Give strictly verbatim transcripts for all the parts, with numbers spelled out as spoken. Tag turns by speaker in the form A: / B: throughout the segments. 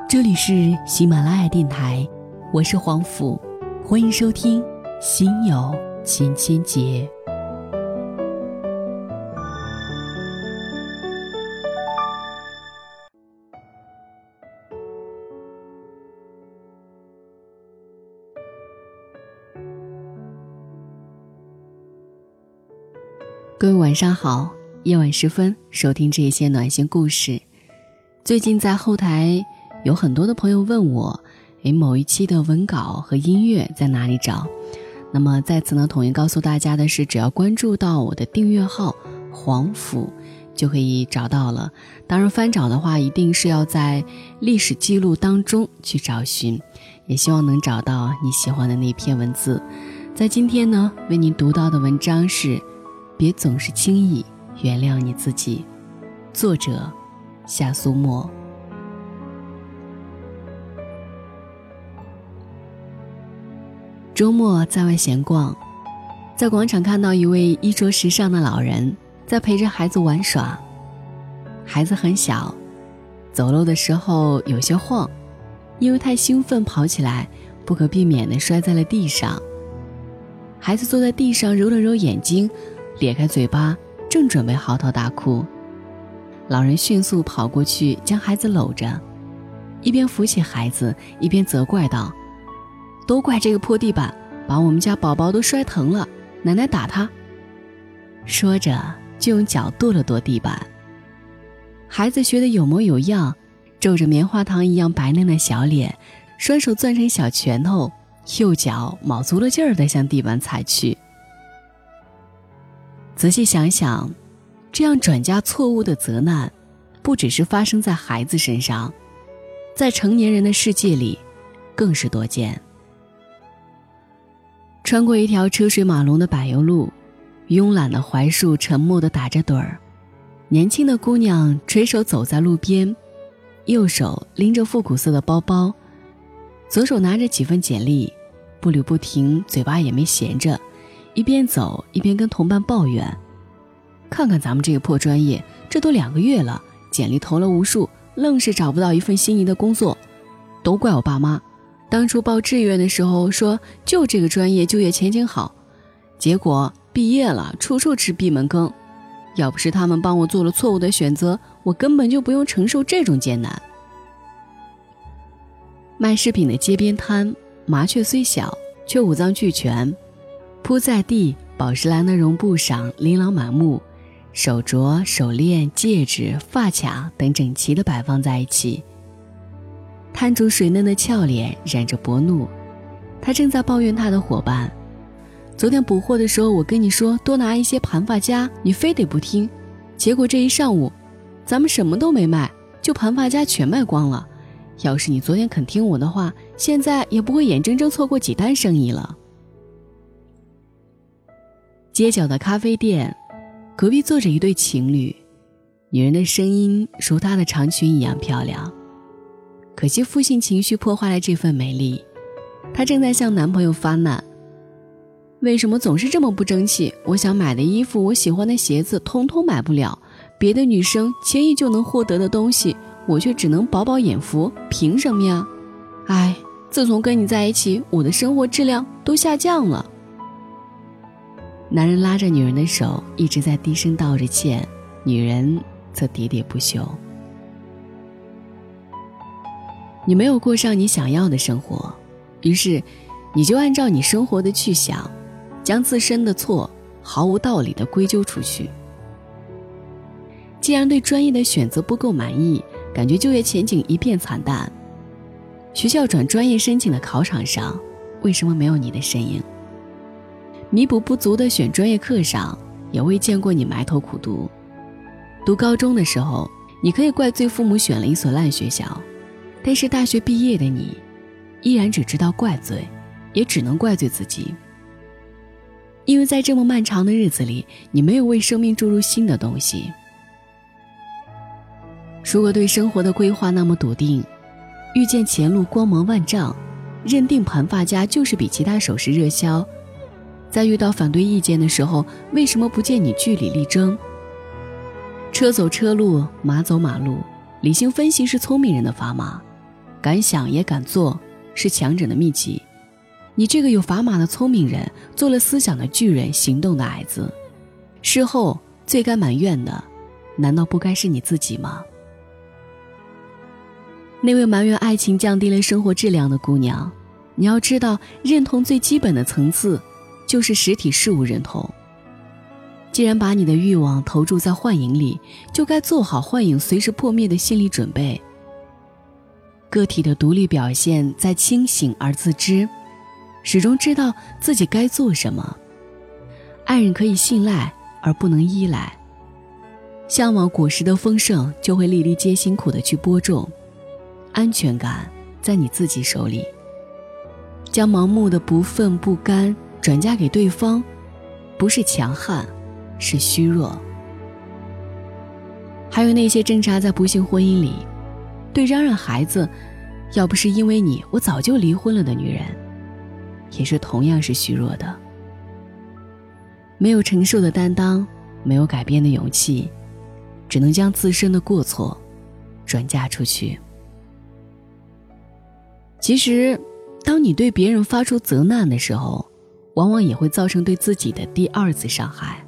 A: 这里是喜马拉雅电台，我是黄甫，欢迎收听心有千千结。各位晚上好，夜晚时分收听这些暖心故事。最近在后台有很多的朋友问我，诶，某一期的文稿和音乐在哪里找？那么在此呢，统一告诉大家的是，只要关注到我的订阅号黄甫就可以找到了。当然翻找的话，一定是要在历史记录当中去找寻，也希望能找到你喜欢的那篇文字。在今天呢，为您读到的文章是别总是轻易原谅你自己，作者夏苏沫。周末在外闲逛，在广场看到一位衣着时尚的老人在陪着孩子玩耍。孩子很小，走路的时候有些晃，因为太兴奋跑起来，不可避免地摔在了地上。孩子坐在地上揉了揉眼睛，咧开嘴巴，正准备嚎啕大哭。老人迅速跑过去将孩子搂着，一边扶起孩子，一边责怪道：都怪这个破地板，把我们家宝宝都摔疼了，奶奶打他。说着就用脚跺了跺地板。孩子学得有模有样，皱着棉花糖一样白嫩的小脸，双手攥成小拳头，右脚卯足了劲儿地向地板踩去。仔细想想，这样转嫁错误的责难不只是发生在孩子身上，在成年人的世界里更是多见。穿过一条车水马龙的柏油路，慵懒的槐树沉默地打着盹儿，年轻的姑娘垂手走在路边，右手拎着复古色的包包，左手拿着几份简历，步履不停，嘴巴也没闲着，一边走一边跟同伴抱怨：看看咱们这个破专业，这都两个月了，简历投了无数，愣是找不到一份心仪的工作。都怪我爸妈，当初报志愿的时候说就这个专业就业前景好，结果毕业了处处吃闭门羹。要不是他们帮我做了错误的选择，我根本就不用承受这种艰难。卖饰品的街边摊，麻雀虽小却五脏俱全，铺在地宝石蓝的绒布上琳琅满目，手镯、手链、戒指、发卡等整齐地摆放在一起。摊主水嫩的俏脸染着薄怒，他正在抱怨他的伙伴：昨天补货的时候我跟你说多拿一些盘发夹，你非得不听，结果这一上午咱们什么都没卖，就盘发夹全卖光了。要是你昨天肯听我的话，现在也不会眼睁睁错过几单生意了。街角的咖啡店，隔壁坐着一对情侣，女人的声音如她的长裙一样漂亮，可惜负性情绪破坏了这份美丽。她正在向男朋友发难：为什么总是这么不争气？我想买的衣服，我喜欢的鞋子通通买不了，别的女生轻易就能获得的东西，我却只能饱饱眼福，凭什么呀？哎，自从跟你在一起，我的生活质量都下降了。男人拉着女人的手，一直在低声道着歉，女人则喋喋不休。你没有过上你想要的生活，于是你就按照你生活的去想，将自身的错毫无道理地归咎出去。既然对专业的选择不够满意，感觉就业前景一片惨淡，学校转专业申请的考场上为什么没有你的身影？弥补不足的选专业课上也未见过你埋头苦读。读高中的时候，你可以怪罪父母选了一所烂学校，但是大学毕业的你依然只知道怪罪，也只能怪罪自己。因为在这么漫长的日子里，你没有为生命注入新的东西。如果对生活的规划那么笃定，遇见前路光芒万丈，认定盘发夹就是比其他首饰热销，在遇到反对意见的时候，为什么不见你据理力争？车走车路，马走马路，理性分析是聪明人的砝码， 敢想也敢做，是强者的秘籍。你这个有砝码的聪明人，做了思想的巨人，行动的矮子，事后最该埋怨的，难道不该是你自己吗？那位埋怨爱情降低了生活质量的姑娘，你要知道，认同最基本的层次就是实体事物认同。既然把你的欲望投注在幻影里，就该做好幻影随时破灭的心理准备。个体的独立表现在清醒而自知，始终知道自己该做什么。爱人可以信赖而不能依赖，向往果实的丰盛，就会粒粒皆辛苦地去播种。安全感在你自己手里，将盲目的不忿不甘转嫁给对方，不是强悍，是虚弱。还有那些挣扎在不幸婚姻里，对嚷嚷孩子要不是因为你我早就离婚了的女人，也是同样是虚弱的。没有承受的担当，没有改变的勇气，只能将自身的过错转嫁出去。其实当你对别人发出责难的时候，往往也会造成对自己的第二次伤害。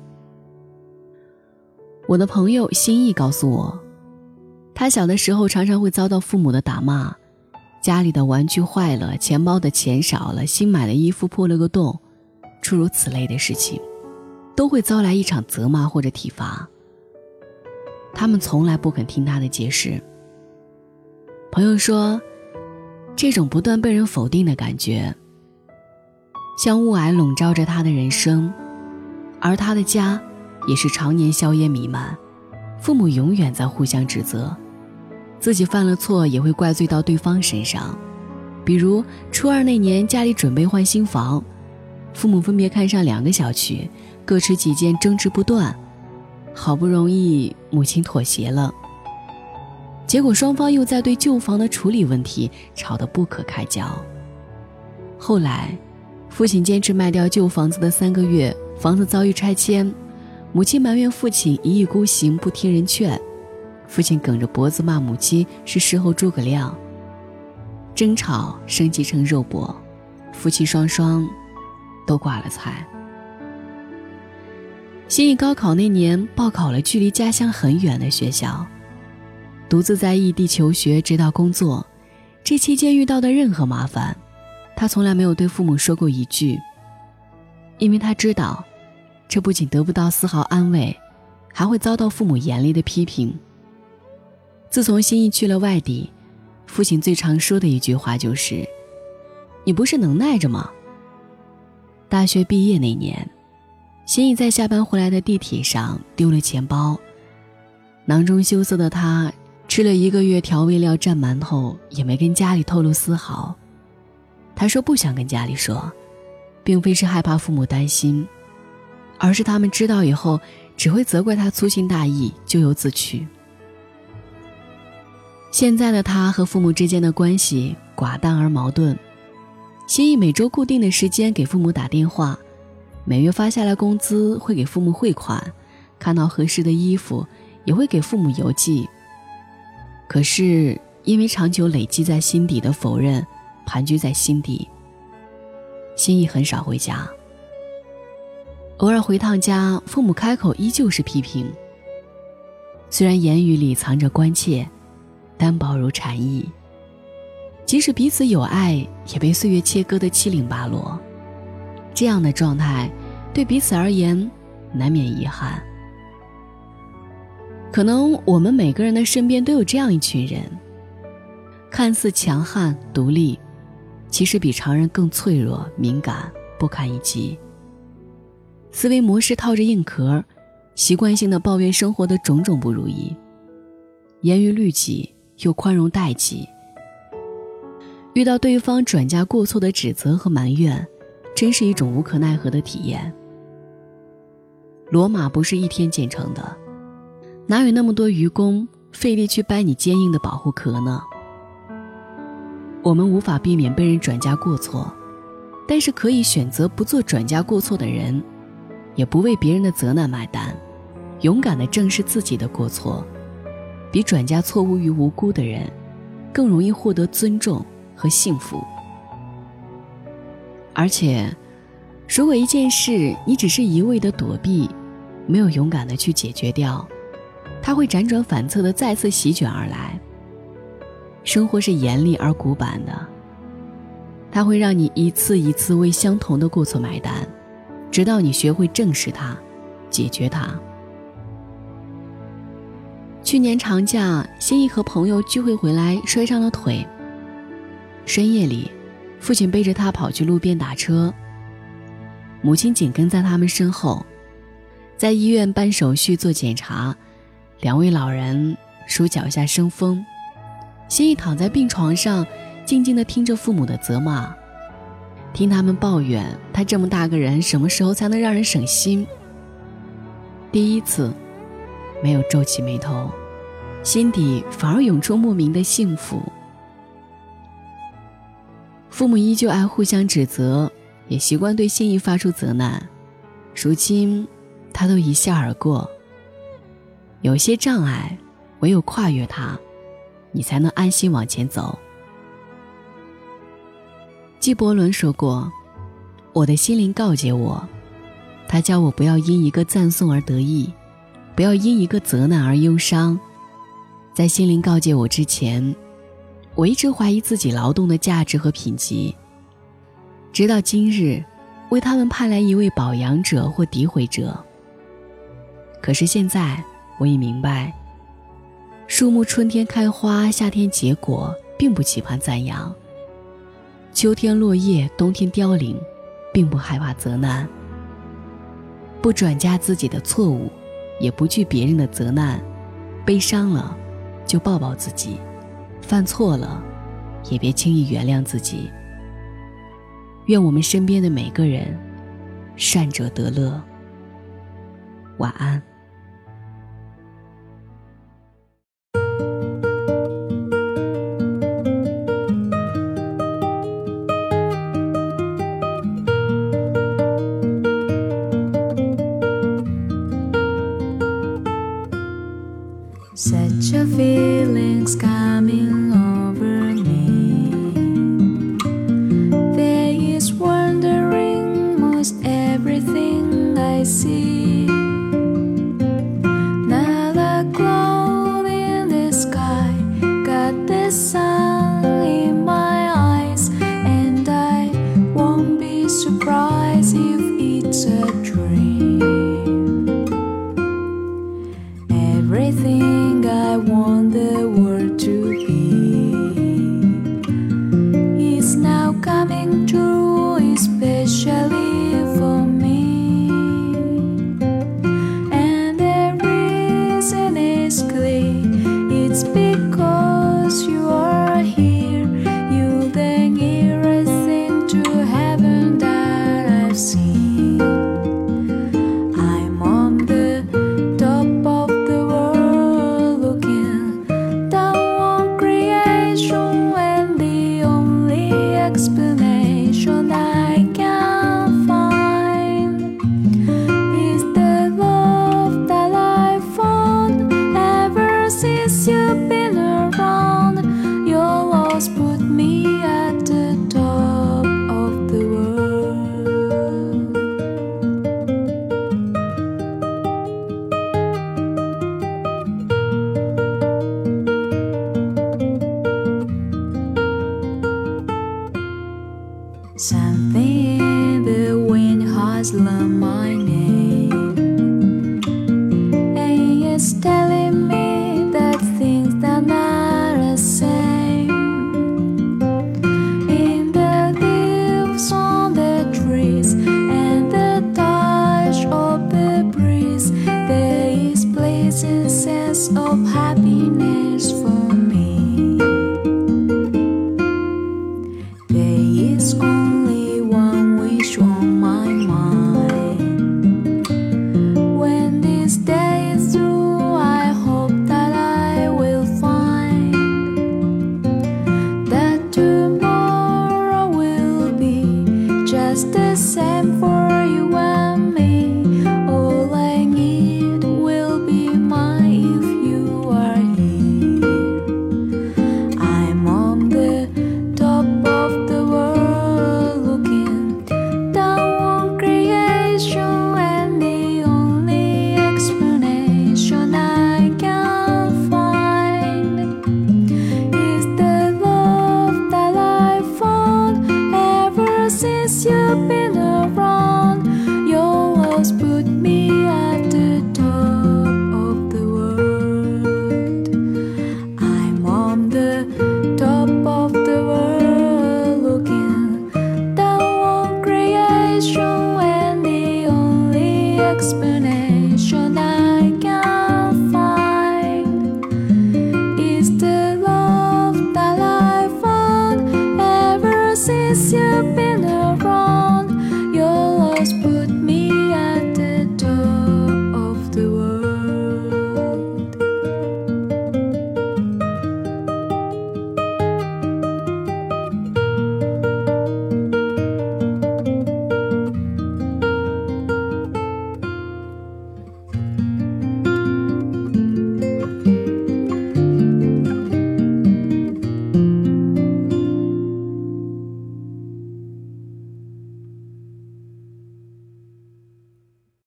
A: 我的朋友心意告诉我，他小的时候常常会遭到父母的打骂，家里的玩具坏了，钱包的钱少了，新买的衣服破了个洞，诸如此类的事情都会遭来一场责骂或者体罚。他们从来不肯听他的解释。朋友说，这种不断被人否定的感觉像雾霭笼罩着他的人生，而他的家也是常年硝烟弥漫，父母永远在互相指责，自己犯了错也会怪罪到对方身上。比如初二那年，家里准备换新房，父母分别看上两个小区，各持己见，争执不断，好不容易母亲妥协了，结果双方又在对旧房的处理问题吵得不可开交。后来父亲坚持卖掉旧房子的三个月，房子遭遇拆迁，母亲埋怨父亲一意孤行，不听人劝，父亲梗着脖子骂母亲是事后诸葛亮。争吵升级成肉搏，夫妻双双都挂了彩。心意高考那年报考了距离家乡很远的学校，独自在异地求学直到工作，这期间遇到的任何麻烦，他从来没有对父母说过一句，因为他知道这不仅得不到丝毫安慰，还会遭到父母严厉的批评。自从心意去了外地，父亲最常说的一句话就是：“你不是能耐着吗？”大学毕业那年，心意在下班回来的地铁上丢了钱包，囊中羞涩的他吃了一个月调味料蘸馒头，也没跟家里透露丝毫。他说不想跟家里说，并非是害怕父母担心，而是他们知道以后只会责怪他粗心大意，咎由自取。现在的他和父母之间的关系寡淡而矛盾，心意每周固定的时间给父母打电话，每月发下来工资会给父母汇款，看到合适的衣服也会给父母邮寄。可是因为长久累积在心底的否认盘踞在心底，心意很少回家。偶尔回趟家，父母开口依旧是批评，虽然言语里藏着关切，单薄如蝉翼，即使彼此有爱，也被岁月切割得七零八落。这样的状态对彼此而言难免遗憾。可能我们每个人的身边都有这样一群人，看似强悍独立，其实比常人更脆弱敏感，不堪一击。思维模式套着硬壳，习惯性的抱怨生活的种种不如意，严于律己又宽容待己。遇到对方转嫁过错的指责和埋怨，真是一种无可奈何的体验。罗马不是一天建成的，哪有那么多愚公费力去掰你坚硬的保护壳呢？我们无法避免被人转嫁过错，但是可以选择不做转嫁过错的人，也不为别人的责难买单，勇敢地正视自己的过错，比转嫁错误于无辜的人更容易获得尊重和幸福。而且如果一件事你只是一味的躲避，没有勇敢的去解决掉，它会辗转反侧的再次席卷而来。生活是严厉而古板的，它会让你一次一次为相同的过错买单，直到你学会正视它，解决它。去年长假，心怡和朋友聚会回来摔伤了腿。深夜里，父亲背着他跑去路边打车，母亲紧跟在他们身后。在医院办手续做检查，两位老人数脚下生风。心怡躺在病床上，静静地听着父母的责骂，听他们抱怨他这么大个人什么时候才能让人省心。第一次没有皱起眉头，心底反而涌出莫名的幸福。父母依旧爱互相指责，也习惯对心怡发出责难，如今他都一笑而过。有些障碍唯有跨越它，你才能安心往前走。纪伯伦说过，我的心灵告诫我，他教我不要因一个赞颂而得意，不要因一个责难而忧伤。在心灵告诫我之前，我一直怀疑自己劳动的价值和品级，直到今日为他们派来一位保养者或诋毁者。可是现在我已明白，树木春天开花，夏天结果，并不期盼赞扬；秋天落叶，冬天凋零，并不害怕责难。不转嫁自己的错误，也不惧别人的责难，悲伤了就抱抱自己，犯错了也别轻易原谅自己。愿我们身边的每个人善者得乐。晚安。
B: Such a feeling's coming over me. There is wondering most everything I see. Not a cloud in the sky, got the sun in my eyes, and I won't be surprised if it's a dream. Everything I want the world to be is now coming true, especially for me. And the reason is clear, it's because you are here. You're the nearest thing to heaven that I've seen. I'm on the top of the world, looking down on creation, and the only explanation I can find is the love that I found ever since you've been around. Your loss put me at the top of the world. Something in the wind has learned my name, and it's telling me that things are not the same. In the leaves on the trees and the touch of the breeze, there is pleasant sense of happiness for me.